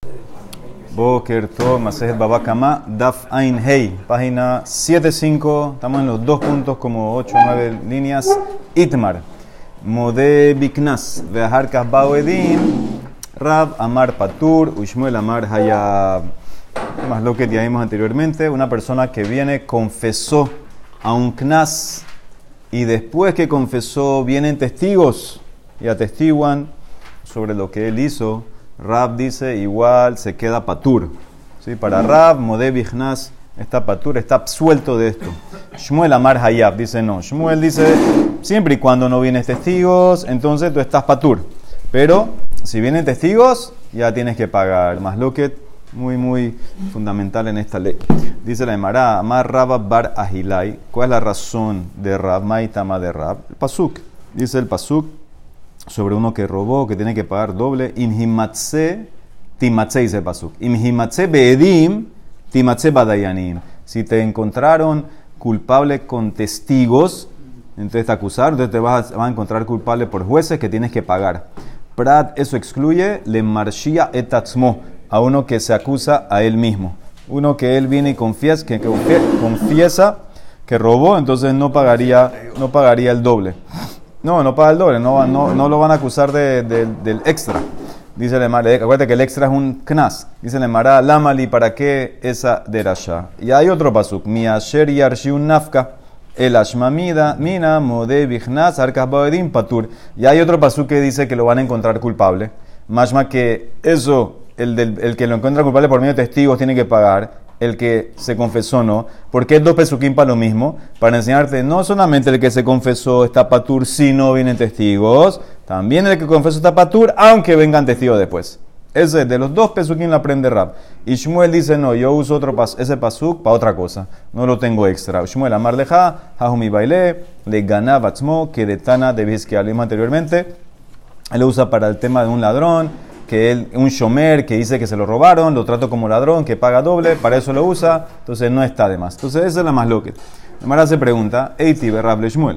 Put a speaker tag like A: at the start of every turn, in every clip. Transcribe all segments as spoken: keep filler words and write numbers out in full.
A: Boker Tov, Masejet Baba Kama, Daf Ain Hei, página setenta y cinco, estamos en los dos puntos, como ocho o nueve líneas. Itmar, Mode Biknas, Veahar Kasbao Edim, Rab Amar Patur, Ushmuel Amar Hayab. Más lo que ya vimos anteriormente, una persona que viene, confesó a un Knas, y después que confesó, vienen testigos y atestiguan sobre lo que él hizo. Rab dice, igual se queda patur. ¿Sí? Para Rab, Modé Biknas, está patur, está absuelto de esto. Shmuel Amar Hayab dice no. Shmuel dice, siempre y cuando no vienen testigos, entonces tú estás patur. Pero si vienen testigos, ya tienes que pagar. Más lo que muy, muy fundamental en esta ley. Dice la Emara, Amar Rabba Bar Ahilai. ¿Cuál es la razón de Rab? Maitama de Rab. El pasuk. Dice el pasuk sobre uno que robó, que tiene que pagar doble. Imhimatse timatse, dice el pasuk. Imhimatse beedim timatse badayanim. Si te encontraron culpable con testigos, entonces te acusaron, entonces te vas a, vas a encontrar culpable por jueces que tienes que pagar. Prat, eso excluye le marshia etatzmo, a uno que se acusa a él mismo. Uno que él viene y confiesa que, que confiesa que robó, entonces no pagaría, no pagaría el doble. No, no paga el doble, no, no, no lo van a acusar de, de, del extra. Dice el Emara, acuérdate que el extra es un knas. Dice el Emara, lámali, ¿para qué esa derasha? Y hay otro pasuk, mi asher yarshi un nafka, el ashmamida, mina, mode biknas, arkas baedim patur. Y hay otro pasuk que dice que lo van a encontrar culpable. Mashma que eso, el, del, el que lo encuentra culpable por medio de testigos tiene que pagar. El que se confesó no, porque es dos pesukim para lo mismo, para enseñarte no solamente el que se confesó está patur si no vienen testigos, también el que confesó está patur aunque vengan testigos después. Ese de los dos pesukim lo aprende Rab. Y Shmuel dice no, yo uso otro pas, ese pasuk para otra cosa, no lo tengo extra. Shmuel amar leja, hajumi baile, le gana batzmo, que de tana de que hablamos anteriormente, él lo usa para el tema de un ladrón, que él, un shomer que dice que se lo robaron, lo trato como ladrón, que paga doble, para eso lo usa, entonces no está de más. Entonces esa es la más loca. Mara se pregunta, Eiti berrab Shmuel,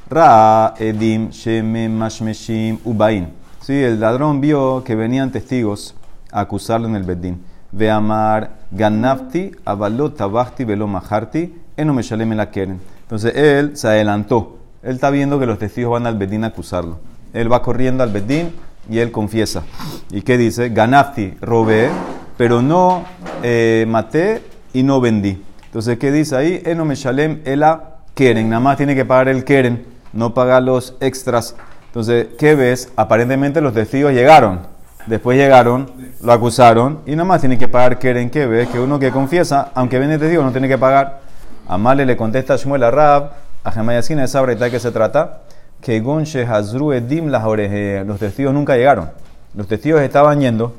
A: Ra edim sheme mashmeshim ubain. Sí, el ladrón vio que venían testigos a acusarlo en el bedín. Ve amar ganafti avalot tabachti velo maharti eno meshalem la keren. Entonces él se adelantó. Él está viendo que los testigos van al bedín a acusarlo. Él va corriendo al bedín y él confiesa. ¿Y qué dice? Ganafti, robé, pero no eh, maté y no vendí. Entonces, ¿qué dice ahí? Eno meshalem ela keren. Nada más tiene que pagar el keren, no pagar los extras. Entonces, ¿qué ves? Aparentemente los testigos llegaron. Después llegaron, lo acusaron y nada más tiene que pagar keren. ¿Qué ves? Que uno que confiesa, aunque viene testigo, no tiene que pagar. Amale le contesta a Shmuel a Rab, a Jamayasina de Sabra y tal que se trata. Que gonche hazru edim las orejas, los testigos nunca llegaron. Los testigos estaban yendo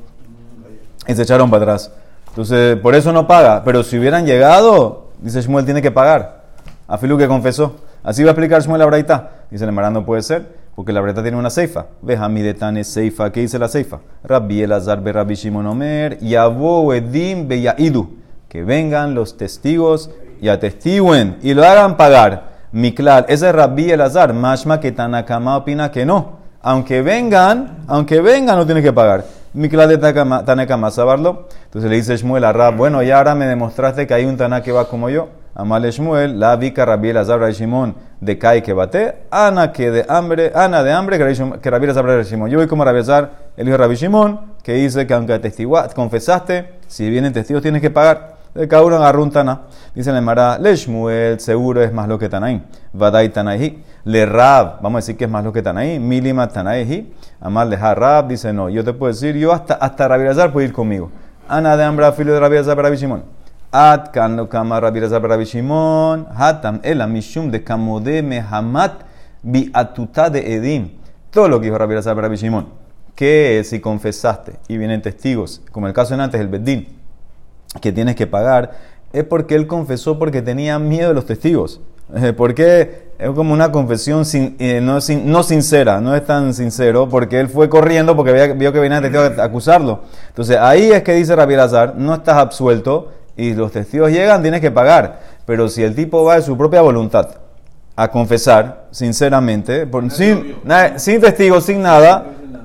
A: y se echaron para atrás. Entonces, por eso no paga. Pero si hubieran llegado, dice Shmuel, tiene que pagar. A Filu que confesó. Así va a explicar Shmuel la braita. Dice el Emara, no puede ser, porque la braita tiene una seifa. Veja mi detane seifa. ¿Qué dice la seifa? Rabbi Elazar be Rabbi Shimon Omer, yabo edim be yaidu. Que vengan los testigos y atestiguen y lo hagan pagar. Miklal, ese es Rabbi Elazar, mashma que Tanakama opina que no. Aunque vengan, aunque vengan no tiene que pagar. Miklal de Tanakama, saberlo. Entonces le dice Shmuel a Rab, bueno, ya ahora me demostraste que hay un Taná que va como yo. Amale Shmuel, la vika Rabbi Elazar Rabbi Shimon de Kai que bate, Ana que de hambre, Ana de hambre que Rabbi Elazar Rabbi Shimon. Yo voy como Rabbi Elazar, el hijo de Rabbi Shimon, que dice que aunque atestiguaste, confesaste, si vienen testigos tienes que pagar. De cada uno agarró un Taná. Dice el Emara, le Shmuel, seguro es más lo que Tanaí. Vadai Tanaí. Le Rab, vamos a decir que es más lo que Tanaí. Milima Tanaí. Amal de Rab, dice no. Yo te puedo decir, yo hasta, hasta Rabbi Elazar puedo ir conmigo. Ana de Ambra, filo de Rabbi Elazar, Rabbi Shimon. At kan lo kama Rabbi Elazar, Rabbi Shimon. Hatam ela mishum de kamode mehamat bi atuta de edim. Todo lo que dijo Rabbi Elazar, Rabbi Shimon. Que si confesaste y vienen testigos, como el caso en antes, el bedín, que tienes que pagar, es porque él confesó porque tenía miedo de los testigos. Eh, porque es como una confesión sin, eh, no, sin, no sincera, no es tan sincero, porque él fue corriendo porque vio, vio que venían testigos a acusarlo. Entonces ahí es que dice Rabbi Elazar, no estás absuelto y los testigos llegan, tienes que pagar. Pero si el tipo va de su propia voluntad a confesar, sinceramente, por, sin, nada, sin testigos, sin nada,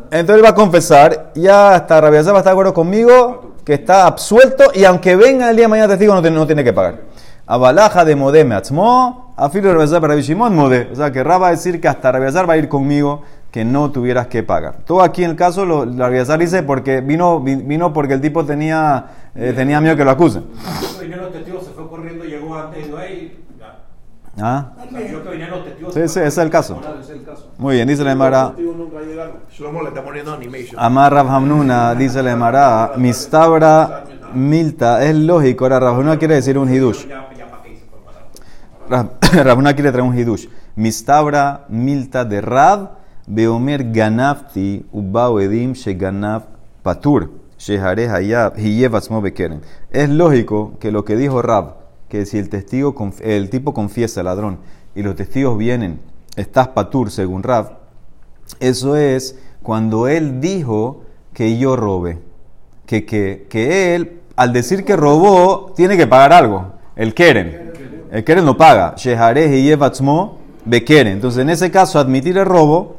A: Entonces va a confesar, ya hasta Rabbi Elazar va a estar de acuerdo conmigo, que está absuelto, y aunque venga el día de mañana testigo, no tiene, no tiene que pagar. Abalaja de modé me atzmo, afilo Rabbi Elazar para Rabbi Shimon modé. O sea, que Rab va a decir que hasta Rabbi Elazar va a ir conmigo, que no tuvieras que pagar. Todo aquí en el caso, lo, Rabbi Elazar dice, porque vino, vino porque el tipo tenía, eh, tenía miedo que lo acusen.
B: Vinieron los testigos, se fue corriendo, llegó antes, no hay...
A: ¿Ah?
B: O sea, yo que venían los testigos...
A: Sí, sí, ese es el caso. Muy bien, dice la Emara.
B: Shlomo le está poniendo animation.
A: Amar Rav Hamnuna, dice la Emara, mistabra milta, es lógico. Ahora Rav Hamnuna quiere decir un hidush. Rav Hamnuna quiere traer un hidush. Mistabra milta de Rav, beomer ganafti, ubao edim she ganaf patur, shehare hayab, hiyev atzmo bekeren. Es lógico que lo que dijo Rav, que si el testigo, el tipo confiesa, el ladrón, y los testigos vienen, estás patur, según Rav, eso es cuando él dijo que yo robé. Que, que, que él, al decir que robó, tiene que pagar algo. El keren. El keren lo paga. Shehare hiyev atzmo bekeren. Entonces, en ese caso, admitir el robo,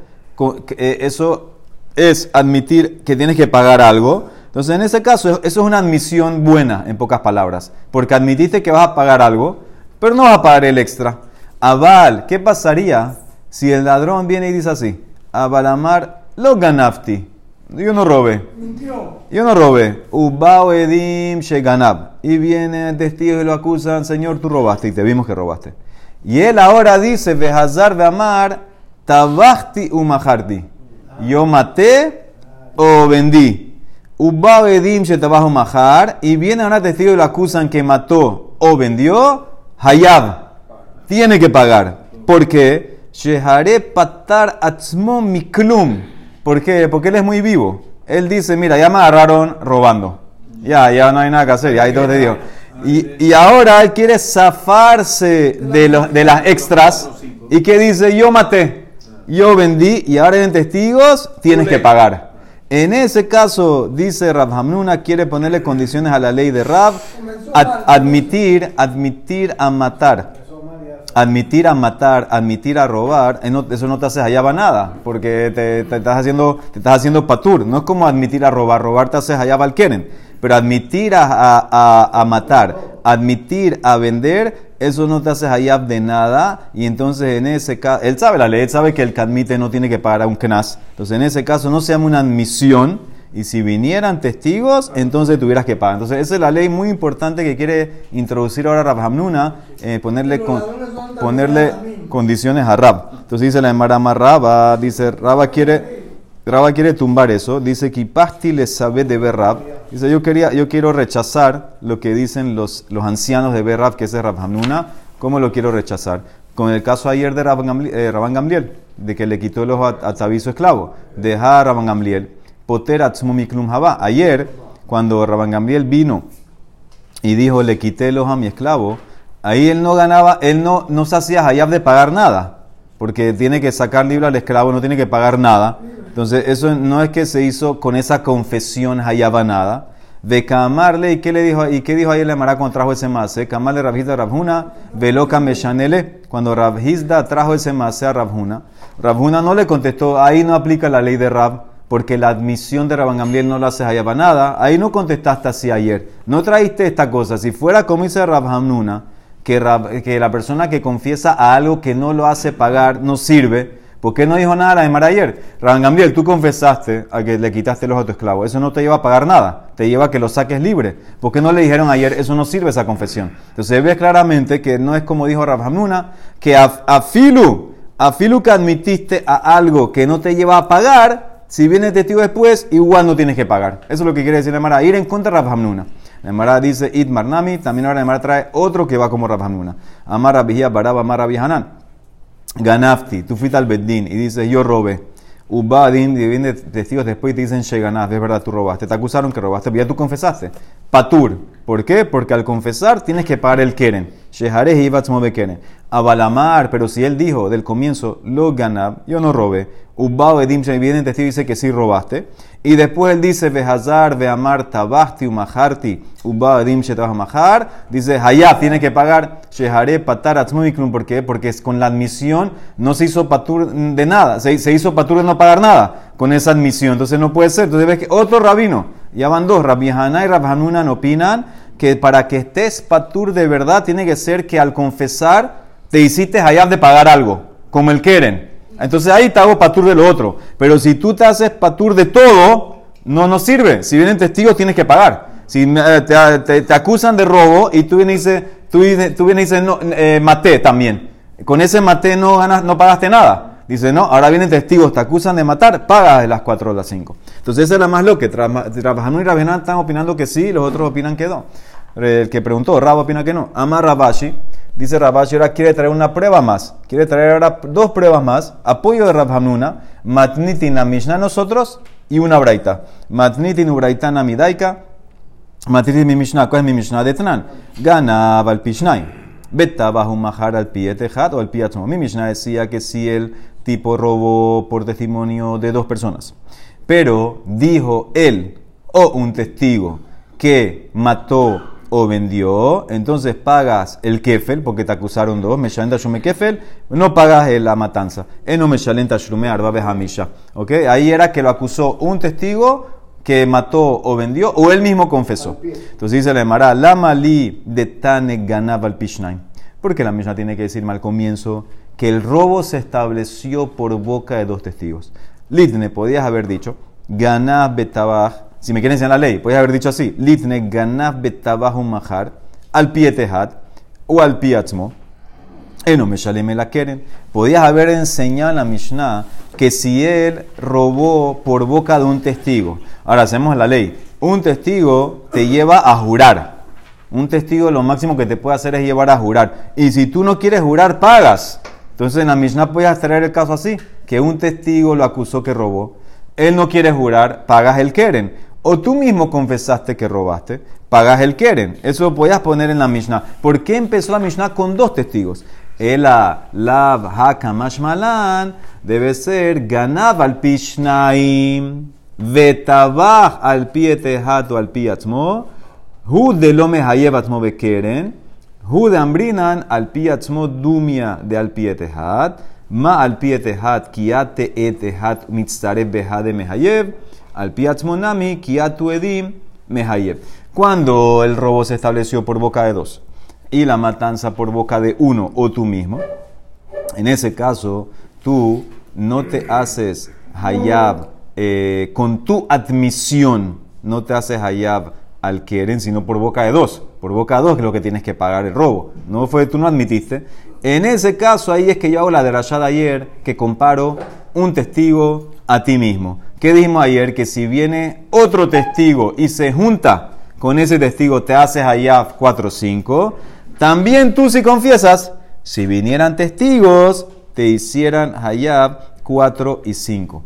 A: eso es admitir que tienes que pagar algo. Entonces, en ese caso, eso es una admisión buena, en pocas palabras, porque admitiste que vas a pagar algo, pero no vas a pagar el extra. Aval, ¿qué pasaría si el ladrón viene y dice así? Abalamar, lo ganafti, yo no robé. Mintió. Yo no robé. Ubao edim she ganab. Y viene el testigo y lo acusan, Señor, tú robaste, y te vimos que robaste. Y él ahora dice, Behazar Beamar, tabachti umaharti. Yo maté o vendí. Ubao edim she tabahu mahar, y viene ahora testigo y lo acusan que mató o vendió, hayab, tiene que pagar. ¿Por qué? Shehare patar atzmo miklum. ¿Por qué? Porque él es muy vivo. Él dice, mira, ya me agarraron robando. Ya, ya no hay nada que hacer, ya hay todo de Dios. Y, y ahora él quiere zafarse de, los, de las extras. ¿Y qué dice? Yo maté, yo vendí, y ahora en testigos tienes que pagar. En ese caso, dice Rav Hamnuna, quiere ponerle condiciones a la ley de Rav, ad, admitir, admitir a matar, admitir a matar, admitir a robar, eso no te hace hayaba nada, porque te, te, estás haciendo, te estás haciendo patur, no es como admitir a robar, robar te hace hayaba al keren, pero admitir a, a, a, a matar, admitir a vender, eso no te hace hayab de nada, y entonces en ese caso, él sabe la ley, él sabe que el que admite no tiene que pagar a un knas, entonces en ese caso no se llama una admisión, y si vinieran testigos, entonces tuvieras que pagar. Entonces esa es la ley muy importante que quiere introducir ahora Rav Hamnuna, eh, ponerle, con, ponerle condiciones a Rab. Entonces dice la Emara Raba, dice Raba quiere... Raba quiere tumbar eso, dice que Pasti le sabe de Berrab. Dice, yo quería, yo quiero rechazar lo que dicen los, los ancianos de Berrab, que es de Rav Hamnuna. ¿Cómo lo quiero rechazar? Con el caso ayer de Rabban Gamliel, eh, Rabban Gamliel, de que le quitó el ojo a, a Tabizo esclavo. Deja a Rabban Gamliel, poter atzmo miklum haba. Ayer, cuando Rabban Gamliel vino y dijo, le quité el ojo a mi esclavo, ahí él no ganaba, él no, no se hacía hayab de pagar nada, porque tiene que sacar libre al esclavo, no tiene que pagar nada. Entonces, eso no es que se hizo con esa confesión hayaba nada. De Kamarle, ¿y qué le dijo? ¿Y qué dijo ayer la Emara cuando trajo ese mase? Kamarle Rabhizda Rabhuna, Veloka Meshanele. Cuando Rabhizda trajo ese mase a Rabhuna, Rabhuna no le contestó, ahí no aplica la ley de Rab, porque la admisión de Rabban Gamliel no la hace hayaba nada. Ahí no contestaste así ayer. No traíste esta cosa. Si fuera como dice Rav Hamnuna, que, Rab, que la persona que confiesa a algo que no lo hace pagar no sirve, ¿por qué no dijo nada la Emara ayer? Rabban Gamliel, tú confesaste a que le quitaste el ojo a tu esclavo. Eso no te lleva a pagar nada. Te lleva a que lo saques libre. ¿Por qué no le dijeron ayer? Eso no sirve esa confesión. Entonces ve claramente que no es como dijo Rav Hamnuna, que a, a filu, a filu que admitiste a algo que no te lleva a pagar, si viene el testigo después, igual no tienes que pagar. Eso es lo que quiere decir la Emara, ir en contra de Rav Hamnuna. La Emara dice, Itmar Nami, también ahora la Emara trae otro que va como Rav Hamnuna. Amar Rabihia Baraba, Amar Rabbi Hanan. Ganafti, tú fuiste al Beddin y dices, yo robé. Ubadin, y vienen testigos después y te dicen, Sheganaf, es verdad, tú robaste. Te acusaron que robaste, pero ya tú confesaste. Patur, ¿por qué? Porque al confesar tienes que pagar el keren. Sheharej y Ibatzmo Bekeren. Abalamar, pero si él dijo del comienzo, lo ganab, yo no robé. Ubao Edim, y viene el testigo y dice que sí robaste. Y después él dice, Behazar, Beamar, Tabachti, Umaharti, Ubao Edim, Shetabah Mahar. Dice, Hayab, tiene que pagar. Shehare, Patar, Atzmuiklum. ¿Por qué? Porque es con la admisión no se hizo patur de nada. Se, se hizo patur de no pagar nada. con esa admisión. Entonces no puede ser. Entonces ves que otro rabino, ya van dos, Rabbi Haná y Rabbi Hanunan opinan que para que estés patur de verdad tiene que ser que al confesar te hiciste hayab de pagar algo, como el Keren. Entonces ahí te hago patur de lo otro. Pero si tú te haces patur de todo, no nos sirve. Si vienen testigos tienes que pagar. Si eh, te, te, te acusan de robo y tú vienes y dices, tú, tú vienes y dices no, eh, maté también. Con ese maté no, ganas, no pagaste nada. Dice, no, ahora vienen testigos, te acusan de matar, pagas de las cuatro o las cinco. Entonces esa es la más loca. Rabbanú y Rabbená están opinando que sí, los otros opinan que no. El que preguntó, Rab opina que no. Ama Rabashi, dice Rabashi, ahora quiere traer una prueba más. Quiere traer ahora dos pruebas más. Apoyo de Rab Hamnuna, Matnitin a Mishnah nosotros y una braita. Matnitin ubraita na midaika, Matnitin mi Mishnah, ¿cuál es mi Mishnah de Tnan? Gana al Pishnai. Beta bajo un majar al pie tejat o al pie atzmo. Mi Mishnah decía que si el tipo robó por testimonio de dos personas, pero dijo él o un testigo que mató o vendió, entonces pagas el kefel, porque te acusaron dos, me shalenta shume kefel, no pagas la matanza. Eno me shalenta shume arba behamisha. ¿Ok? Ahí era que lo acusó un testigo que mató o vendió, o él mismo confesó. Entonces dice la Gemara, lama li de tane ganaba al pishnaim. Porque la Mishnah tiene que decirme al comienzo que el robo se estableció por boca de dos testigos. Litne, podías haber dicho, ganab betabaj, si me quieren enseñar la ley, podías haber dicho así, litne ganab betabaj un majar, al pie tehat, o al pie atzmo, eno me shaleme la keren. Podías haber enseñado en la Mishnah que si él robó por boca de un testigo. Ahora hacemos la ley. Un testigo te lleva a jurar. Un testigo lo máximo que te puede hacer es llevar a jurar. Y si tú no quieres jurar, pagas. Entonces en la Mishnah puedes traer el caso así, que un testigo lo acusó que robó. Él no quiere jurar, pagas el keren. O tú mismo confesaste que robaste, pagas el keren. Eso lo podías poner en la Mishnah. ¿Por qué empezó la Mishnah con dos testigos? El lav hakamash malan debe ser ganab al pishnaim vetabach al pie tehat o al pie atzmo hu de lo mehayev atzmo bekeren hu de ambrinan al pie atzmo dumia de al pie tehat ma al pie tehat kiate etehat mitzareb behade mehayev al pie atzmo nami kiatu edim mehayev. Cuando el robo se estableció por boca de dos y la matanza por boca de uno o tú mismo, en ese caso tú no te haces hayab eh, con tu admisión, no te haces hayab al keren, sino por boca de dos. Por boca de dos que es lo que tienes que pagar el robo. No fue, tú no admitiste. En ese caso ahí es que yo hago la derashá de ayer, que comparo un testigo a ti mismo. ¿Qué dijimos ayer? Que si viene otro testigo y se junta con ese testigo, te haces hayab cuatro o cinco. También tú si confiesas, si vinieran testigos, te hicieran hayab cuatro y cinco.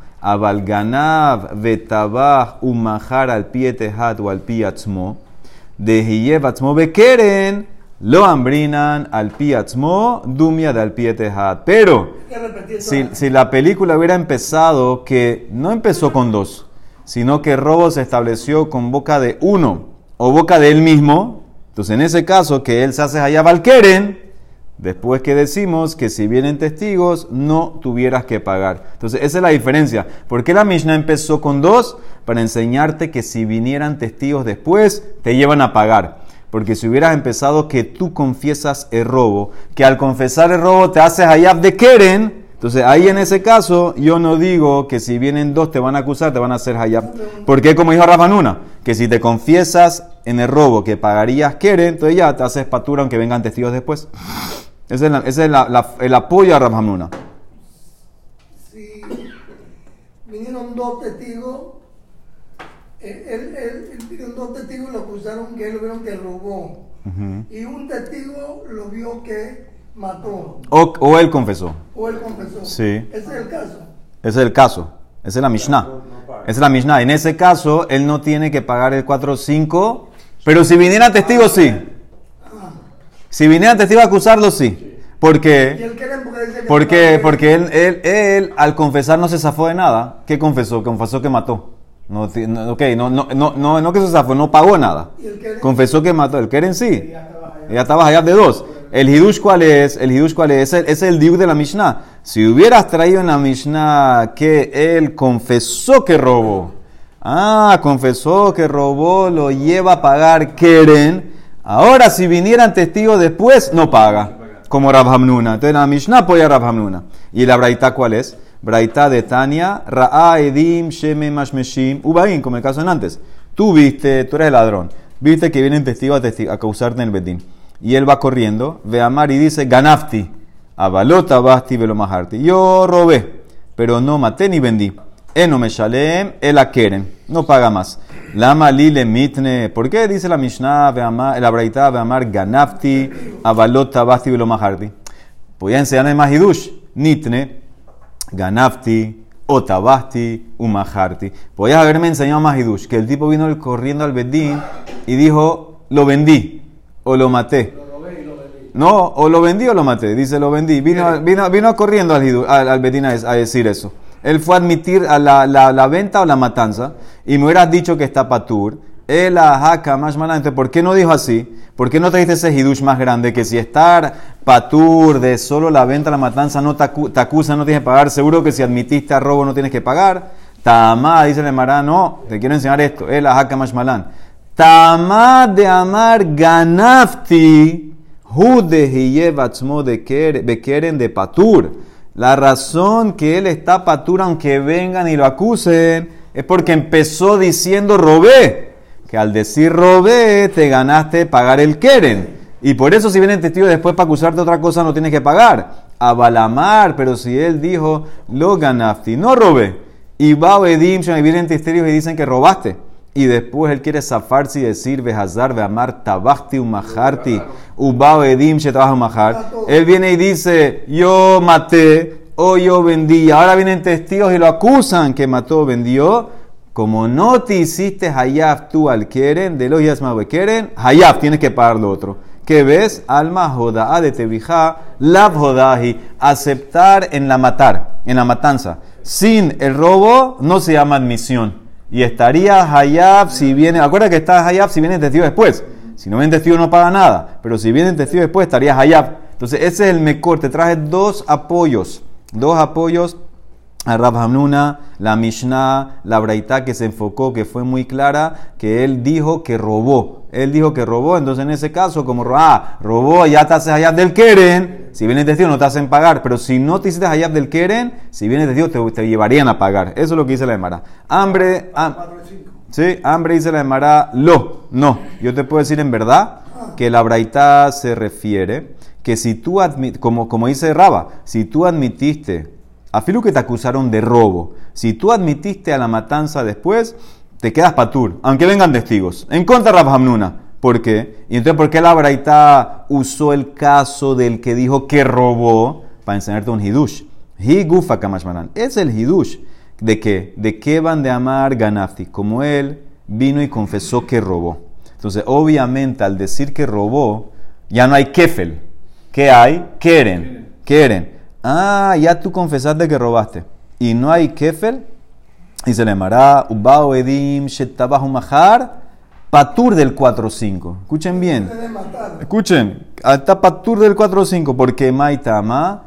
A: Avalganav vetabach umahar al pie tehat o al pie atzmo, de hiyev atzmo bekeren, lo ambrinan al pie atzmo, dumia de al pie tehat. Pero, si, si la película hubiera empezado, que no empezó con dos, sino que el robo se estableció con boca de uno o boca de él mismo, entonces en ese caso que él se hace hayab al keren, después que decimos que si vienen testigos no tuvieras que pagar. Entonces esa es la diferencia. ¿Por qué la Mishnah empezó con dos? Para enseñarte que si vinieran testigos después te llevan a pagar. Porque si hubieras empezado que tú confiesas el robo, que al confesar el robo te haces hayab de keren, entonces ahí en ese caso yo no digo que si vienen dos te van a acusar, te van a hacer hayab. Porque como dijo Rav Hamnuna, que si te confiesas en el robo que pagarías keren, entonces ya te haces patura aunque vengan testigos después. Ese es, la, ese es la, la, el apoyo a Rav Hamnuna.
C: Si vinieron dos testigos, él, él, él, él vinieron dos testigos y lo acusaron que él lo vieron que robó. Uh-huh. Y un testigo lo vio que mató. O,
A: o él confesó.
C: O él confesó.
A: Sí.
C: Ese es el caso.
A: Ese es el caso. Esa es la Mishnah. No, no Esa es la Mishnah. En ese caso, él no tiene que pagar el cuatro o cinco, pero si vinieran testigos, sí. Si vinieran testigos a acusarlo, sí. ¿Por qué?
C: ¿Y él quiere porque dice que
A: porque, porque él, él, él, al confesar, no se zafó de nada. ¿Qué confesó? Confesó que mató. No, no, ok, no, no, no, no, no que se zafó, no pagó nada. Confesó que mató. El Keren sí. Ya estaba allá de dos. ¿El hidush cuál es? ¿El hidush cuál es? Ese es el diuk de la Mishnah. Si hubieras traído en la Mishnah que él confesó que robó, ah, confesó que robó, lo lleva a pagar Keren, ahora si vinieran testigos después, no paga, como Rav Hamnuna. Entonces la Mishnah apoya a Rav Hamnuna. ¿Y la Braita cuál es? Braita de Tania, Ra'a Edim Sheme Mashmeshim Ubain, como el caso en antes. Tú viste, tú eres el ladrón, viste que vienen testigos a, testi- a causarte en el Bedín. Y él va corriendo, ve a Mar y dice, Ganafti, Abalota Basti Velomaharti. Yo robé, pero no maté ni vendí. Eno me shalem, el akeren, no paga más. Lama lile mitne, ¿por qué dice la Mishnah, veamar, la Braita, veamar, Ganafti, Abalota Basti Velomaharti? Voy a enseñarle más hidush, nitne, Ganafti, Otabasti, Umaharti. Podías haberme enseñado más hidush, que el tipo vino corriendo al Bedín y dijo, lo vendí o lo maté.
B: Lo robé y lo vendí.
A: No, o lo vendí o lo maté. Dice, lo vendí. Vino, vino, vino corriendo al, hidush, al, al Bedín a, a decir eso. Él fue a admitir a la, la, la venta o la matanza y me hubieras dicho que está patur. Él ajaca más malante. ¿Por qué no dijo así? ¿Por qué no trajiste ese hidush más grande? Que si estar patur de solo la venta, la matanza, no te, acu- te acusa, no tienes que pagar. Seguro que si admitiste a robo no tienes que pagar. Tamá, dice el Emara, no, te quiero enseñar esto. Él ajaca más malán. Tamá de amar ganafti, jude hiyev atzmo de bekeren de patur. La razón que él está patur, aunque vengan y lo acusen, es porque empezó diciendo robé. Que al decir robé, te ganaste pagar el keren. Y por eso si vienen testigos después para acusarte otra cosa, no tienes que pagar. A Balamar, pero si él dijo, lo ganafti, no robé. Y va a Edim, y vienen testigos y dicen que robaste. Y después él quiere zafarse y decir, Behazar, Beamar, Tabachti, Umaharti, Ubao Edim, Shetabajo Umahar. Él viene y dice, yo maté o yo vendí. Ahora vienen testigos y lo acusan que mató o vendió. Como no te hiciste hayaf tú al keren, de los yasma keren, hayaf, tienes que pagar lo otro. ¿Qué ves? Alma joda'a de tebijá, lav jodahi, aceptar en la matar, en la matanza. Sin el robo no se llama admisión. Y estaría hayaf si viene, acuérdate que está hayaf si viene testigo después. Si no viene testigo no paga nada, pero si viene testigo después estaría hayaf. Entonces ese es el mejor, te traje dos apoyos, dos apoyos a Rav Hamnuna, la Mishnah, la Braita que se enfocó, que fue muy clara, que él dijo que robó. Él dijo que robó, entonces en ese caso, como ah, robó, ya te haces hayab del keren, si viene testigo no te hacen pagar, pero si no te hiciste hayab del keren, si viene testigo te, te llevarían a pagar. Eso es lo que dice la Emara. Hambre, ham, sí, hambre dice la Emara, lo, no. Yo te puedo decir en verdad que la Braita se refiere que si tú admites, como, como dice Raba, si tú admitiste afilo que te acusaron de robo. Si tú admitiste a la matanza después, te quedas patur, aunque vengan testigos. En contra de Rav Hamnuna. ¿Por qué? Y entonces, ¿por qué la Braita usó el caso del que dijo que robó para enseñarte un hidush? Hi gufa kamashmanan. Es el hidush. ¿De qué? De qué van de amar ganafti. Como él vino y confesó que robó. Entonces, obviamente, al decir que robó, ya no hay kefel. ¿Qué hay? Keren. Keren. Ah, ya tú confesaste que robaste. Y no hay kefel. Y se le llamará Ubao Edim Shetabahu Mahar Patur del cuatro cinco. Escuchen bien. Escuchen. Está Patur del cuatro cinco. Porque Maitama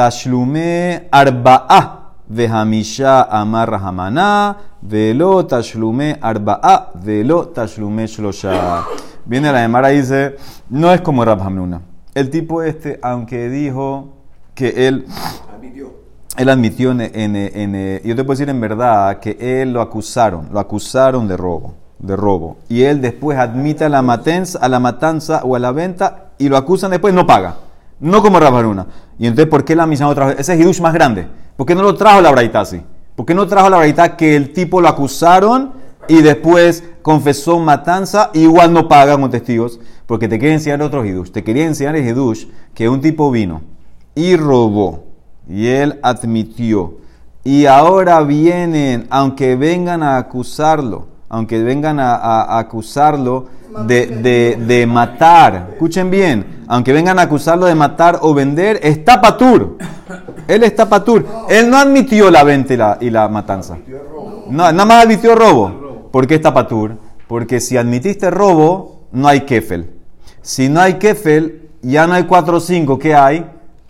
A: Tashlume Arba'a Vehamisha Amar Rahamana Velo Tashlume Arba'a Velo Tashlume Shlosha. Viene la Gemara y dice, no es como Rav Hamnuna. El tipo este, aunque dijo que él admitió, él admitió en, en, en, en, yo te puedo decir en verdad que él lo acusaron, lo acusaron de robo, de robo, y él después admite a la matanza, a la matanza o a la venta y lo acusan después, no paga, no como Rav Hamnuna. Y entonces, ¿por qué la misión otra vez? Ese es hidush más grande. ¿Por qué no lo trajo la Braita así? ¿Por qué no trajo la Braita que el tipo lo acusaron y después confesó matanza y igual no paga con testigos? Porque te quería enseñar otro hidush. Te quería enseñar el hidush que un tipo vino y robó, y él admitió, y ahora vienen, aunque vengan a acusarlo, aunque vengan a, a, a acusarlo de, de, de matar, escuchen bien, aunque vengan a acusarlo de matar o vender, está patur, él está patur, él no admitió la venta y la, y la matanza, no, nada más admitió robo. ¿Por qué está patur? Porque si admitiste robo, no hay kefel. Si no hay kefel, ya no hay cuatro o cinco. ¿Qué hay?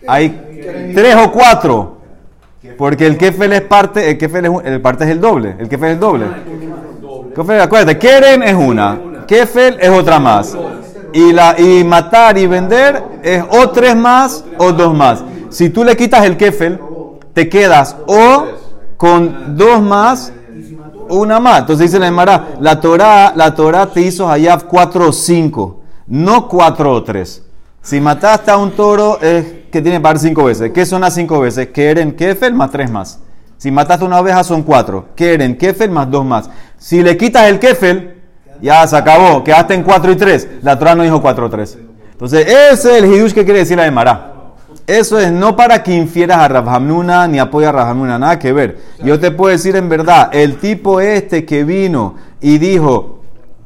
A: Hay tres o cuatro. Porque el kefel es parte, el kefel es, el parte es el doble. El kefel es el doble. Kefel, acuérdate, keren es una, kefel es otra más. Y, la, y matar y vender es o tres más o dos más. Si tú le quitas el kefel, te quedas o con dos más, una más. Entonces dice la Gemara, la Torah, la Torah te hizo Hayav cuatro o cinco, no cuatro o tres. Si mataste a un toro, es que tiene que pagar cinco veces. ¿Qué son las cinco veces? Keren, kefel más tres más. Si mataste una oveja son cuatro. Keren, kefel más dos más. Si le quitas el kefel, ya se acabó. Quedaste en cuatro y tres. La Torah no dijo cuatro o tres. Entonces, ese es el hidush que quiere decir la Gemara. Eso es no para que infieras a Rav Hamnuna ni apoya a Rav Hamnuna, nada que ver. Yo te puedo decir en verdad, el tipo este que vino y dijo,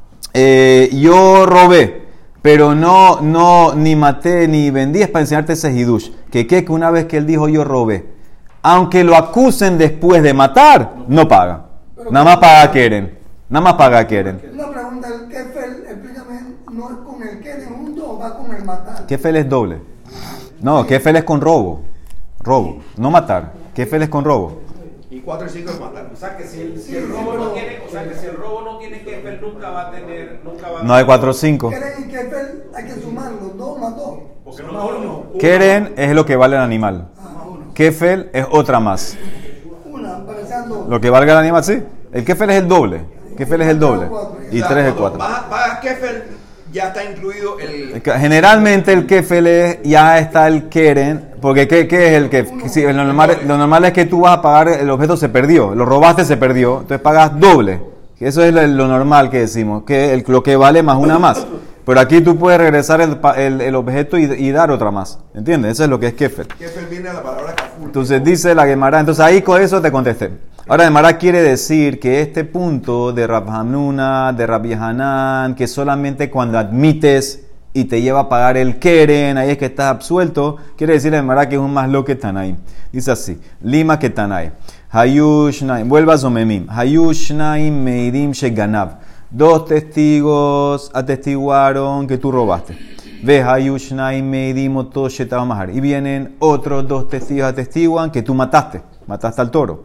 A: eh, yo robé, pero no, no, ni maté ni vendí, es para enseñarte ese hidush. Que, que, que una vez que él dijo yo robé, aunque lo acusen después de matar, no paga. Nada más paga Keren. Nada más paga Keren.
C: Una pregunta, el kefel, explícame, ¿no es con el keren junto o va con el matar?
A: Kefel es doble. No, kefel es con robo. Robo, no matar. Kefel es con robo.
B: Y cuatro y cinco es matar. O sea que si el, si el robo no tiene, o sea que si el robo no tiene kefel, nunca va a tener, nunca va a
A: No hay cuatro o cinco.
C: Keren y kefel hay que sumarlo, dos más dos.
B: Porque no más uno.
A: Keren es lo que vale el animal. Kefel es otra más.
C: Una, pensando.
A: Lo que valga el animal, sí. El kefel es el doble. Kefel es el doble. Y
B: O sea,
A: tres es
B: cuando
A: cuatro.
B: Pagas pagas kefel, ya está incluido el.
A: Generalmente el kefel es, ya está el keren, porque ¿qué, qué es el kefel? Sí, lo, normal, lo normal es que tú vas a pagar, el objeto se perdió, lo robaste, se perdió, entonces pagas doble. Eso es lo, lo normal que decimos, que el, lo que vale más una más. Pero aquí tú puedes regresar el, el, el objeto y, y dar otra más, ¿entiendes? Eso es lo que es kefel.
B: Kefel viene a la palabra kaful.
A: Entonces dice la Gemara, entonces ahí con eso te contesté. Ahora Gemara quiere decir que este punto de Rav Hamnuna, de Rabbi Hanan, que solamente cuando admites y te lleva a pagar el keren, ahí es que estás absuelto, quiere decir la Gemara que es un más lo que Tanay. Dice así, Lima que Tanay. Hayushnaim, vuelva a Zomemim. Hayushnaim meidim sheganav. Dos testigos atestiguaron que tú robaste. Ve Hayushnaim meidim oto shetabamahar. Y vienen otros dos testigos atestiguan que tú mataste, mataste al toro.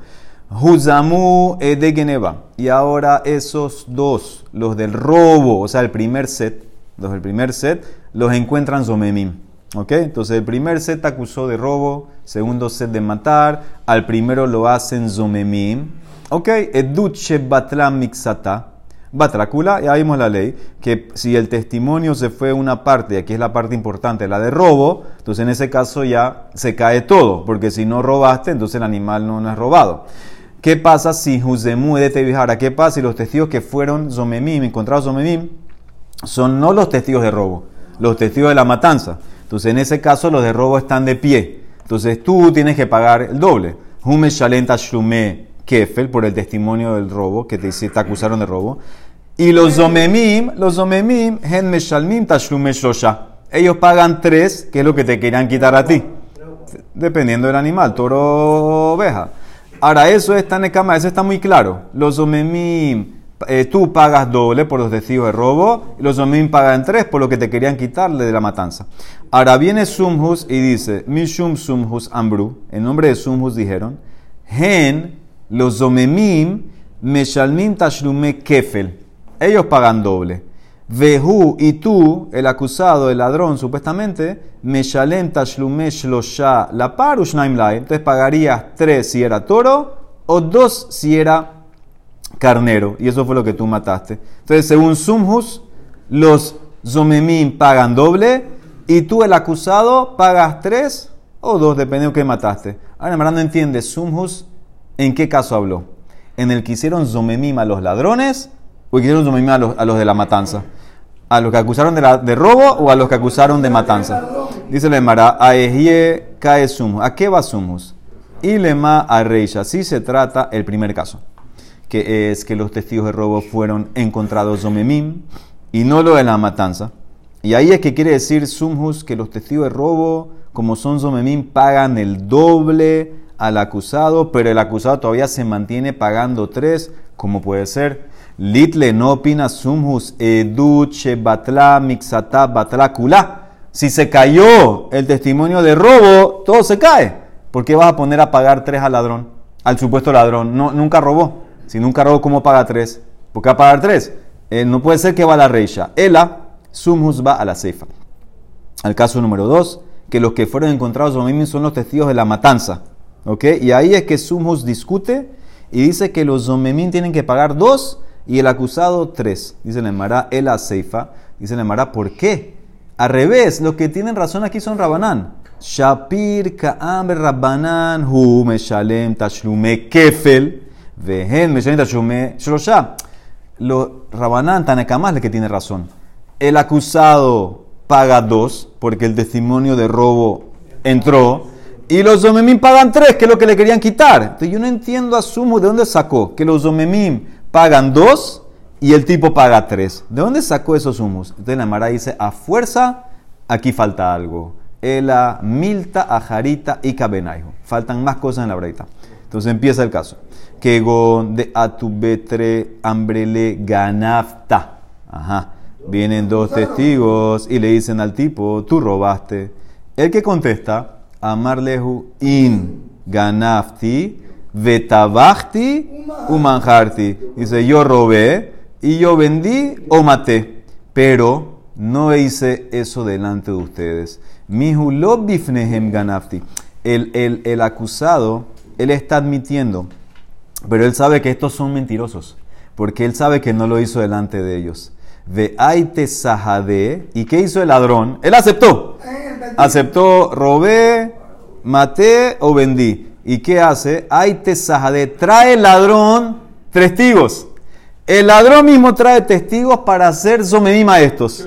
A: Huzamu de Geneva. Y ahora esos dos, los del robo, o sea, el primer set, los del primer set, los encuentran Zomemim. ¿Ok? Entonces el primer set acusó de robo, segundo set de matar, al primero lo hacen Zomemim. ¿Ok? Eduche batla mixata. Batrácula, ya vimos la ley, que si el testimonio se fue una parte, y aquí es la parte importante, la de robo, entonces en ese caso ya se cae todo, porque si no robaste, entonces el animal no, no es robado. ¿Qué pasa si Huzemu de Tevijara? ¿Qué pasa si los testigos que fueron Zomemim, encontrados Zomemim, son no los testigos de robo, los testigos de la matanza? Entonces en ese caso los de robo están de pie. Entonces tú tienes que pagar el doble. Hume Shalem Tashlume Kefel por el testimonio del robo, que te, te acusaron de robo. Y los Zomemim, los Zomemim, Hen Meshalmim Tashlume Shlosha. Ellos pagan tres, que es lo que te querían quitar a ti. Dependiendo del animal, toro o oveja. Ahora, eso está en el cama, eso está muy claro. Los Zomemim, eh, tú pagas doble por los testigos de robo, y los Zomemim pagan tres por lo que te querían quitarle de la matanza. Ahora viene Sumhus y dice, Mishum Sumhus Ambru, en nombre de Sumhus dijeron, Hen, los Zomemim, Meshalmim Tashlume Kefel. Ellos pagan doble. Vehu y tú, el acusado, el ladrón, supuestamente, Meshalem Tashlume Shlosha la par Ushnaim Lai. Entonces pagarías tres si era toro o dos si era carnero. Y eso fue lo que tú mataste. Entonces, según Sumhus, los Zomemim pagan doble y tú, el acusado, pagas tres o dos, dependiendo de qué mataste. Ahora, en verdad no entiende Sumhus en qué caso habló. En el que hicieron Zomemim a los ladrones o que hicieron Zomemim a los, a los de la matanza. ¿A los que acusaron de, la, de robo o a los que acusaron de matanza? Dice la Emara, Aehie cae Sumhus. ¿A qué va Sumhus? Y lema a Reisha. Así se trata el primer caso, que es que los testigos de robo fueron encontrados Zomemim y no lo de la matanza. Y ahí es que quiere decir Sumhus que los testigos de robo, como son Zomemim, pagan el doble al acusado, pero el acusado todavía se mantiene pagando tres, como puede ser. Litle no opina Sumhus edu che batla mixata batla kula. Si se cayó el testimonio de robo, todo se cae. ¿Por qué vas a poner a pagar tres al ladrón? Al supuesto ladrón. No, nunca robó. Si nunca robó, ¿cómo paga tres? ¿Por qué va a pagar tres? Eh, no puede ser que va a la reisha. Ela, sumhus va a la ceifa. Al caso número dos, que los que fueron encontrados zomemim son los testigos de la matanza. ¿Ok? Y ahí es que sumhus discute y dice que los zomemim tienen que pagar dos y el acusado tres. Dice la Emara, Ela ceifa. Dice la Emara, ¿por qué? Al revés, los que tienen razón aquí son Rabanán. Shapir ka'am Rabbanan hu meshalem tashlume kefel vehen meshalem tashlume shlosha. Los Rabanán, Tanakamas, el que tiene razón. El acusado paga dos porque el testimonio de robo entró y los zomemim pagan tres, que es lo que le querían quitar. Entonces yo no entiendo a Sumo de dónde sacó que los zomemim pagan dos y el tipo paga tres. ¿De dónde sacó esos humos? Entonces la Mara dice, a fuerza, aquí falta algo. Ela, milta, ajarita y cabenaijo. Faltan más cosas en la breita. Entonces empieza el caso. Que gon de atubetre ambrele ganafta. Ajá. Vienen dos testigos y le dicen al tipo, tú robaste. El que contesta, amarlehu in ganafti vetabachti umanjarti. Dice, yo robé y yo vendí o maté, pero no hice eso delante de ustedes. Mihu lo bifnehem ganafti. El, el, el acusado, él está admitiendo, pero él sabe que estos son mentirosos, porque él sabe que no lo hizo delante de ellos. Ve aite sahade. ¿Y qué hizo el ladrón? Él aceptó. Aceptó, robé, maté o vendí. ¿Y qué hace? Aite sahade. Trae el ladrón testigos. El ladrón mismo trae testigos para hacer zomemim a estos.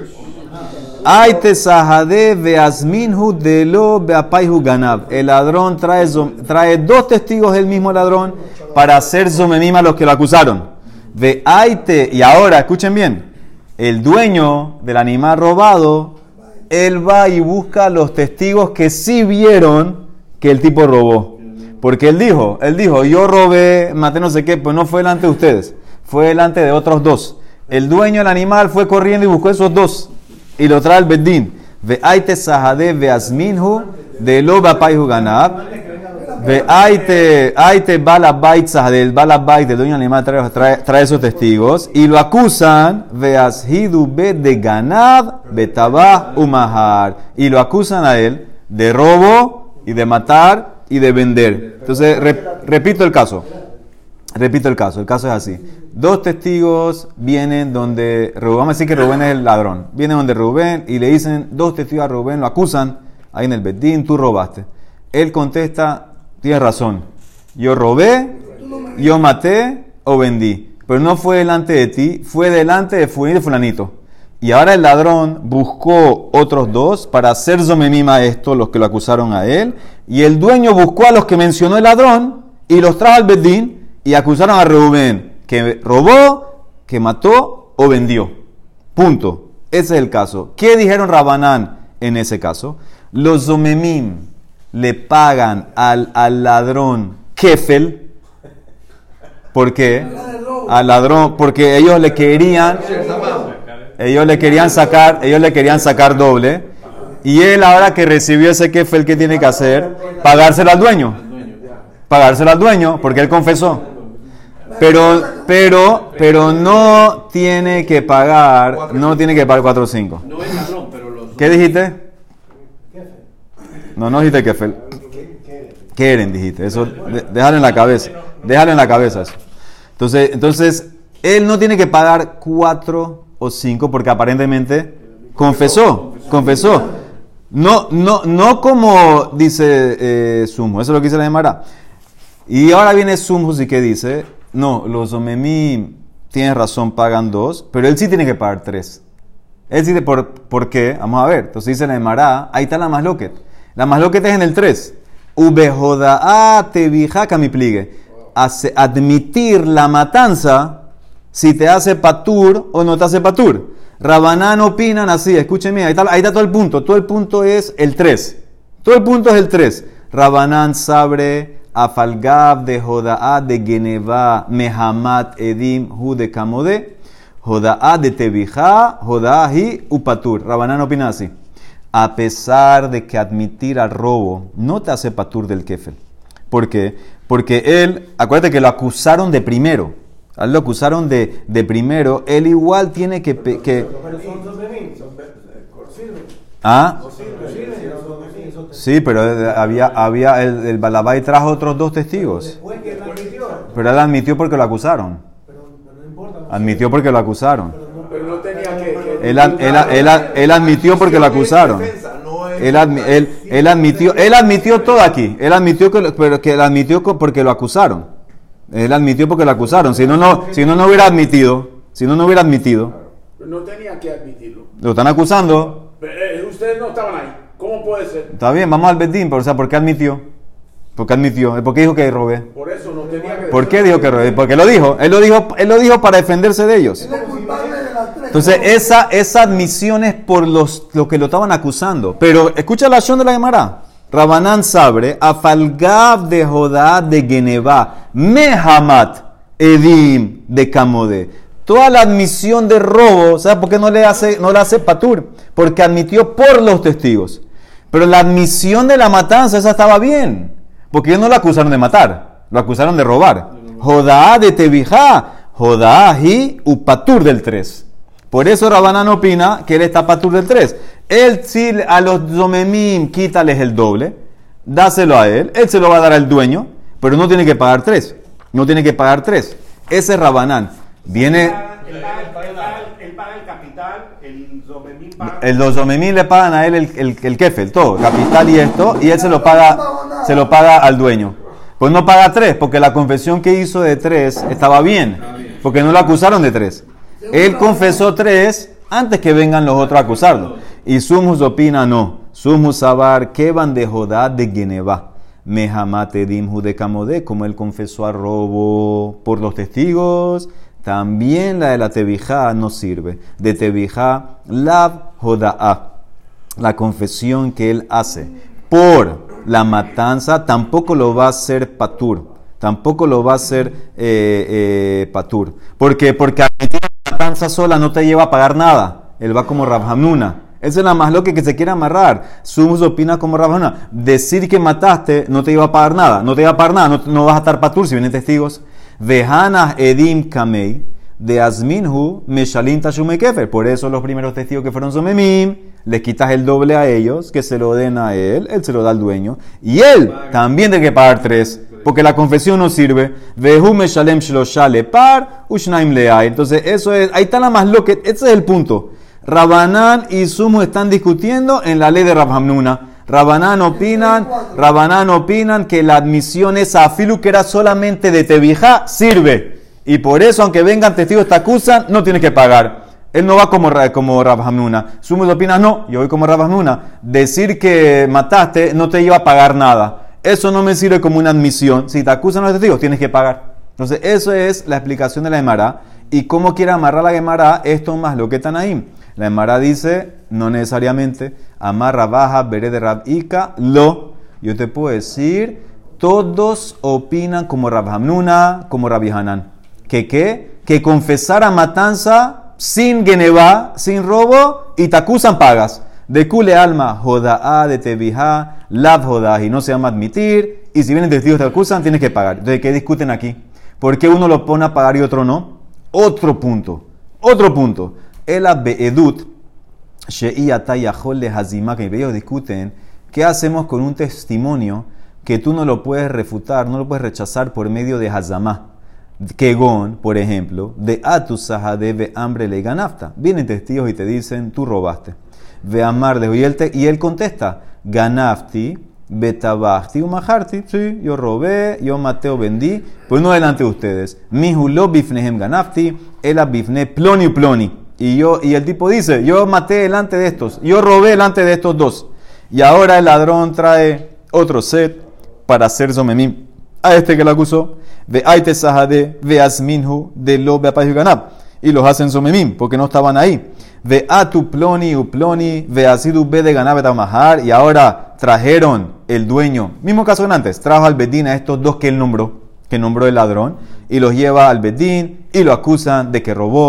A: Aite sahade veasminhu delo beapaihu ganab. El ladrón trae, trae dos testigos del mismo ladrón para hacer zomemim a los que lo acusaron. Ve aite. Y ahora, escuchen bien. El dueño del animal robado, él va y busca a los testigos que sí vieron que el tipo robó. Porque él dijo, él dijo, yo robé, maté no sé qué, pues no fue delante de ustedes, fue delante de otros dos. El dueño del animal fue corriendo y buscó esos dos y lo trae al bedín. Ve aite sahade veasminhu de lo bapaihu ganab. Ve aite aite balabait sahade, el balabait del dueño del animal trae, trae, trae esos testigos y lo acusan. Veashidu be de ganab betabah umahar, y lo acusan a él de robo y de matar y de vender. Entonces, rep, repito el caso. Repito el caso. El caso es así. Dos testigos vienen donde Rubén, vamos a decir que Rubén es el ladrón. Vienen donde Rubén y le dicen, dos testigos a Rubén, lo acusan ahí en el bedín, tú robaste. Él contesta, tienes razón. Yo robé, yo maté o vendí. Pero no fue delante de ti, fue delante de fulanito y fulanito. Y ahora el ladrón buscó otros dos para hacer zomemim a esto, los que lo acusaron a él. Y el dueño buscó a los que mencionó el ladrón y los trajo al bedín y acusaron a Rubén que robó, que mató o vendió. Punto. Ese es el caso. ¿Qué dijeron Rabanán en ese caso? Los zomemim le pagan al, al ladrón kefel. ¿Por qué? Al ladrón, porque ellos le querían, ellos le querían sacar, ellos le querían sacar doble. Y él ahora que recibió ese kefel, ¿qué tiene que hacer? Pagárselo al dueño. Pagárselo al dueño, porque él confesó. Pero, pero, pero no tiene que pagar, no tiene que pagar cuatro o cinco. ¿Qué dijiste? No, no dijiste kefel. Keren dijiste. Eso, déjalo en la cabeza. Déjalo en la cabeza eso. Entonces, entonces, él no tiene que pagar cuatro o cinco porque aparentemente confesó. Confesó. No, no, no como dice eh, Sumo. Eso es lo que dice la Gemara. Y ahora viene Sumo y que dice, no, los zomemim tienen razón, pagan dos, pero él sí tiene que pagar tres. Él sí, ¿por, ¿por qué? Vamos a ver. Entonces dice la Gemara, ahí está la masloquet. La masloquet es en el tres. Ubejoda'a tebijaka mi pligue. Admitir la matanza si te hace patur o no te hace patur. Rabanán opinan así, escúchenme, ahí está, ahí está todo el punto. Todo el punto es el tres. Todo el punto es el tres. Rabanán sabre afalgab de joda'a de geneva mehamat edim hu de kamode joda'a de tebijá joda'a hi upatur. Rabanán opina así. a pesar de que admitir al robo no te hace patur del kefel. ¿Por qué? Porque él, acuérdate que lo acusaron de primero. A él lo acusaron de, de primero. Él igual tiene que... Pero, que
B: pero son dos memín, son
A: ¿Ah? Sí, pero había, había el, el Balabay trajo otros dos testigos. Pero él admitió porque lo acusaron. Admitió porque lo acusaron.
B: Pero no tenía que...
A: Él, él, él, él admitió porque lo acusaron. Él, él, él admitió, él admitió todo aquí. Él admitió que, pero que él admitió porque lo acusaron. Él admitió porque lo acusaron. Si no, no, si no, no hubiera admitido. Si no, no hubiera admitido.
B: No tenía que admitirlo.
A: Lo están acusando.
B: Pero, eh, ustedes no estaban ahí. ¿Cómo puede ser?
A: Está bien, vamos al Bedín, pero o sea, ¿por qué admitió? ¿Por qué admitió? ¿Por qué dijo que robé?
B: Por eso no tenía que...
A: ¿Por qué dijo que robé? Porque lo dijo. Él lo dijo, él lo dijo para defenderse de ellos. Entonces, esa, esa admisión es por los, los que lo estaban acusando. Pero, escucha la acción de la Gemara. Rabanán sabre, afalgav de Jodá de Genevá, mehamat edim de Camode. Toda la admisión de robo, ¿sabes por qué no le hace, no le hace patur? Porque admitió por los testigos. Pero la admisión de la matanza, esa estaba bien. Porque ellos no lo acusaron de matar, lo acusaron de robar. Jodá de Tebijá, Jodá y upatur del tres. Por eso Rabanán opina que él está patur del tres. Él sí, a los zomemim, quítales el doble, dáselo a él, él se lo va a dar al dueño, pero no tiene que pagar tres. No tiene que pagar tres. Ese es Rabanán. Viene...
B: Él paga, él paga, él paga el capital, el zomemim paga...
A: El, los zomemim le pagan a él el, el, el kefel, todo, capital y esto, y él se lo paga, se lo paga al dueño. Pues no paga tres, porque la confesión que hizo de tres estaba bien, porque no lo acusaron de tres. Él confesó tres antes que vengan los otros a acusarlo. Y Sumus opina no. Sumus sabar que van de Jodá de Genevá. Mehamate dimhu de Camode, como él confesó a robo por los testigos, también la de la Tebijá no sirve. De Tebijá, Lav Joda'a. La confesión que él hace por la matanza tampoco lo va a hacer patur. Tampoco lo va a hacer eh, eh, patur. ¿Por qué? Porque admitir la matanza sola no te lleva a pagar nada. Él va como Rav Hamnuna. Esa es la más loca que se quiere amarrar. Sumus opina como Rav Hamnuna. Decir que mataste no te lleva a pagar nada. No te lleva a pagar nada. No, no vas a estar patur si vienen testigos. Vehanah edim kamei de azminhu meshalin tashume kefer. Por eso los primeros testigos que fueron zomemim, les quitas el doble a ellos, que se lo den a él, él se lo da al dueño. Y él también tiene que pagar tres. Porque la confesión no sirve. Vehu meshalem shlosha lepar ushnaim leay. Entonces, eso es, ahí está la más loca. Ese es el punto. Rabanán y Sumo están discutiendo en la ley de Rav Hamnuna. Rabanán opinan, Rabanán opinan que la admisión esa afilu que era solamente de Tebijá sirve. Y por eso, aunque vengan testigos te acusan, no tienes que pagar. Él no va como, como Rav Hamnuna. Sumo opina, no, yo voy como Rav Hamnuna. Decir que mataste no te lleva a pagar nada. Eso no me sirve como una admisión. Si te acusan los testigos, tienes que pagar. Entonces, eso es la explicación de la Gemara. Y cómo quiere amarrar la Gemara, esto más lo que están ahí. La Gemara dice, no necesariamente, amarra baja, veré de Rab Ika, lo. Yo te puedo decir, todos opinan como Rab Hamnuna, como Rabbi Hanan. ¿Que qué? Que confesar a matanza sin Genevá, sin robo, y te acusan, pagas. De Kule Alma, Joda'a de Tebijá, Lav Joda'a, y no se llama admitir, y si vienen testigos te acusan, tienes que pagar. Entonces, ¿qué discuten aquí? ¿Por qué uno lo pone a pagar y otro no? Otro punto, otro punto. El Be'edut, She'iyata Yahol de Hazimá, que ellos discuten, ¿qué hacemos con un testimonio que tú no lo puedes refutar, no lo puedes rechazar por medio de Hazamá? Kegon, por ejemplo, de Atu Sahade ve hambre le ganafta. Vienen testigos y te dicen, tú robaste. Ve amar de y él, te, y él contesta, ganafti, betabachti, umajarti. Sí, yo robé, yo maté o vendí, pues no delante de ustedes. Mihu lo bifnehem ganafti, ela bifne ploni ploni. Y, yo, y el tipo dice, yo maté delante de estos, yo robé delante de estos dos. Y ahora el ladrón trae otro set para hacer zomemim a este que lo acusó. Ve aite sahade, ve asminhu, de lo beapaju ganab. Y los hacen zomemim, porque no estaban ahí. Ve atu ploni uploni, ve asidu be de ganab etamahar. Y ahora trajeron el dueño, mismo caso que antes, trajo al bedín a estos dos que él nombró, que nombró el ladrón, y los lleva al bedín y lo acusan de que robó,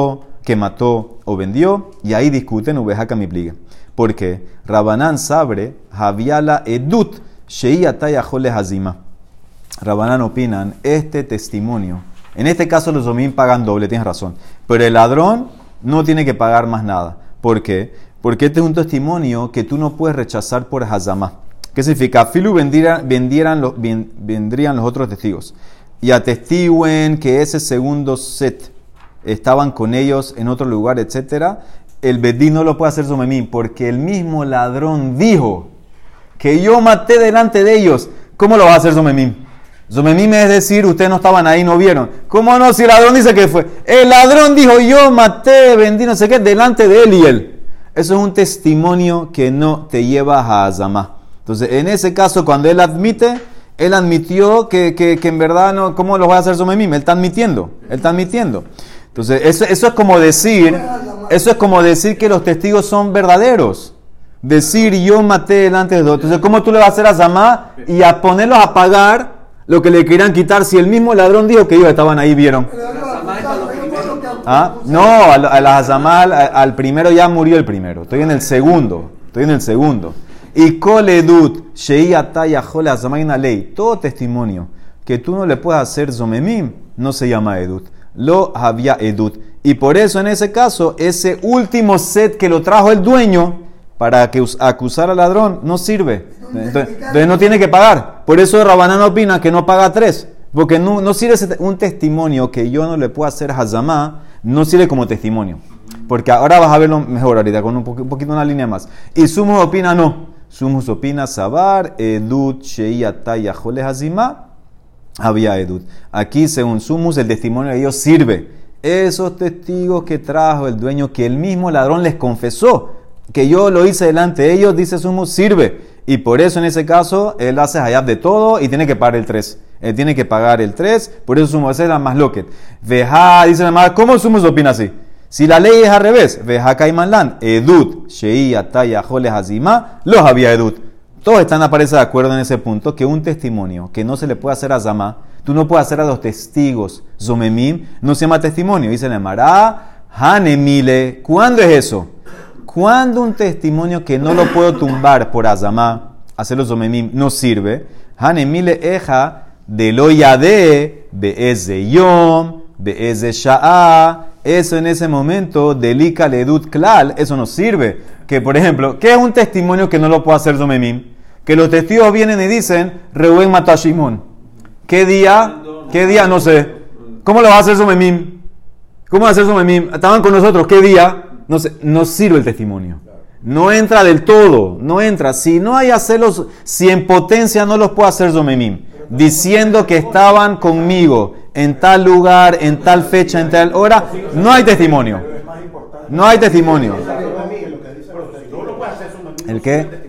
A: que mató o vendió, y ahí discuten uvejaca mi pliga. Porque Rabanán sabre, Javiala edut, Sheiatayajole hazima. Rabanán opinan, este testimonio, en este caso los zomim pagan doble, tienes razón, pero el ladrón no tiene que pagar más nada. ¿Por qué? Porque este es un testimonio que tú no puedes rechazar por hazamá. ¿Qué significa? Filu vendieran, vendieran los, vendrían los otros testigos y atestiguen que ese segundo set estaban con ellos en otro lugar, etcétera. El bedín no lo puede hacer zomemín porque el mismo ladrón dijo que yo maté delante de ellos. ¿Cómo lo va a hacer zomemín? Zomemín es decir, ustedes no estaban ahí, no vieron. ¿Cómo no? Si el ladrón dice que fue. El ladrón dijo, yo maté, vendí, no sé qué, delante de él y él. Eso es un testimonio que no te lleva a hazamá. Entonces, en ese caso, cuando él admite, él admitió que, que, que en verdad, no, ¿cómo lo va a hacer zomemín? Él está admitiendo, él está admitiendo. Entonces, eso, eso es como decir, eso es como decir que los testigos son verdaderos. Decir, yo maté delante de dos. Entonces, ¿cómo tú le vas a hacer a hazamá y a ponerlos a pagar lo que le querían quitar si el mismo ladrón dijo que ellos estaban ahí, vieron? ¿Ah? No, a, a la hazamá, al, al primero ya murió el primero. Estoy en el segundo. Estoy en el segundo. Y koledut, sheiatayajole hazamá, hay una ley. Todo testimonio que tú no le puedas hacer zomemim no se llama edut. Lo había edut. Y por eso en ese caso, ese último set que lo trajo el dueño para que acusar al ladrón no sirve. Entonces, entonces no tiene que pagar. Por eso Rabanán opina que no paga tres. Porque no, no sirve ese, un testimonio que yo no le puedo hacer hazamá, no sirve como testimonio. Porque ahora vas a verlo mejor ahorita, con un, po, un poquito una línea más. Y Sumus opina no. Sumus opina sabar, edut, sheiatayajole hazimá. Había edut. Aquí, según Sumus, el testimonio de ellos sirve. Esos testigos que trajo el dueño, que el mismo ladrón les confesó, que yo lo hice delante de ellos, dice Sumus, sirve. Y por eso, en ese caso, él hace hayab de todo y tiene que pagar el tres. Él tiene que pagar el tres, por eso Sumus, esa es la más loquet. Veja, dice la madre, ¿cómo Sumus opina así? Si la ley es al revés, veja kaimanlan, edut, shei ataya jole hazima, los había edut. Todos están a parecer de acuerdo en ese punto, que un testimonio que no se le puede hacer a Zama, tú no puedes hacer a los testigos, Zomemim, no se llama testimonio. Dice la Emara, Hanemile, ¿cuándo es eso? Cuando un testimonio que no lo puedo tumbar por Azamá, hacerlo Zomemim, no sirve, Hanemile eja de lo yade, be'eze yom, be'eze sha'a, eso en ese momento, delika ledut klal, eso no sirve. Que, por ejemplo, ¿qué es un testimonio que no lo puede hacer Zomemim? Que los testigos vienen y dicen, Reuben mató a Shimón. ¿Qué día? ¿Qué día? No sé. ¿Cómo lo va a hacer Zomemim? ¿Cómo va a hacer Zomemim? Estaban con nosotros. ¿Qué día? No sé. No sirve el testimonio. No entra del todo. No entra. Si no hay hacerlos, si en potencia no los puede hacer Zomemim, diciendo que estaban conmigo en tal lugar, en tal fecha, en tal hora, no hay testimonio. No hay testimonio. ¿El qué?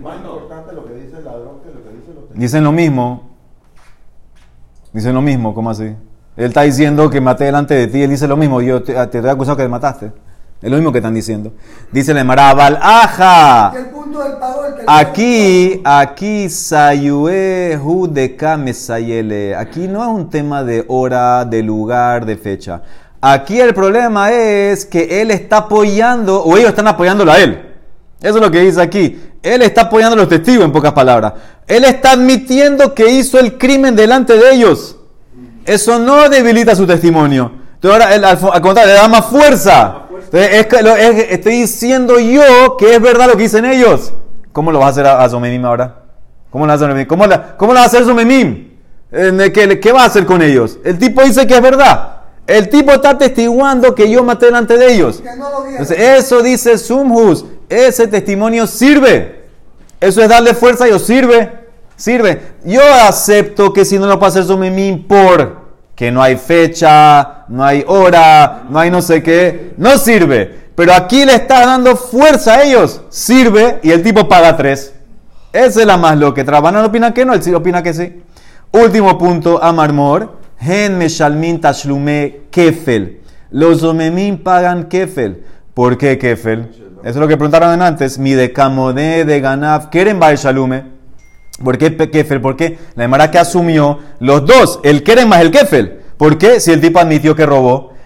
A: Dicen lo mismo. Dicen lo mismo, ¿cómo así? Él está diciendo que maté delante de ti, él dice lo mismo, yo te, te he acusado que te mataste. Es lo mismo que están diciendo. Dice la Emara, Balaja. Aquí, aquí, Sayue Judeka Mesayele. Aquí no es un tema de hora, de lugar, de fecha. Aquí el problema es que él está apoyando, o ellos están apoyándolo a él. Eso es lo que dice aquí. Él está apoyando a los testigos, en pocas palabras. Él está admitiendo que hizo el crimen delante de ellos. Eso no debilita su testimonio. Entonces ahora, él, al, al contrario, le da más fuerza. Entonces, es que, lo, es, estoy diciendo yo que es verdad lo que dicen ellos. ¿Cómo lo vas a hacer a, a Zomemim ahora? ¿Cómo lo vas a hacer? ¿Cómo, la, cómo lo va a hacer Zomemim? Eh, ¿qué, ¿Qué va a hacer con ellos? El tipo dice que es verdad. El tipo está atestiguando que yo maté delante de ellos. Entonces, eso dice Sumhus. Ese testimonio sirve. Eso es darle fuerza a ellos. Sirve. Sirve. Yo acepto que si no lo puede hacer Zomemim por que no hay fecha, no hay hora, no hay no sé qué, no sirve. Pero aquí le está dando fuerza a ellos. Sirve y el tipo paga tres. Esa es la más lo que Rabanán opina que no, él sí opina que sí. Último punto, Amarmor. Hen meshalmin tashlume kefel. Los Zomemim pagan kefel. ¿Por qué kefel? Eso es lo que preguntaron antes. Mi de camodé de ganaf. ¿Quieren bael shalume? ¿Por qué kefel? ¿Por qué? La Emara que asumió los dos, el keren más el kefel. ¿Por qué? Si el tipo admitió que robó.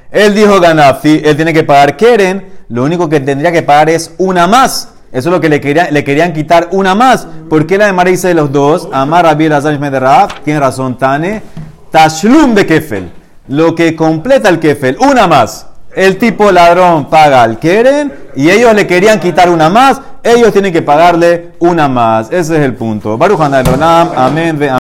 A: Él dijo Ganafti, él tiene que pagar Keren, lo único que tendría que pagar es una más. Eso es lo que le, quería, le querían quitar una más. ¿Por qué la Gemara dice de los dos? Amar Rabbi Elazar de Rab, tiene razón Tane. Tashlum de Kefel, lo que completa el Kefel, una más. El tipo ladrón paga al Keren y ellos le querían quitar una más. Ellos tienen que pagarle una más. Ese es el punto. Baruch Hanay Olam, amén.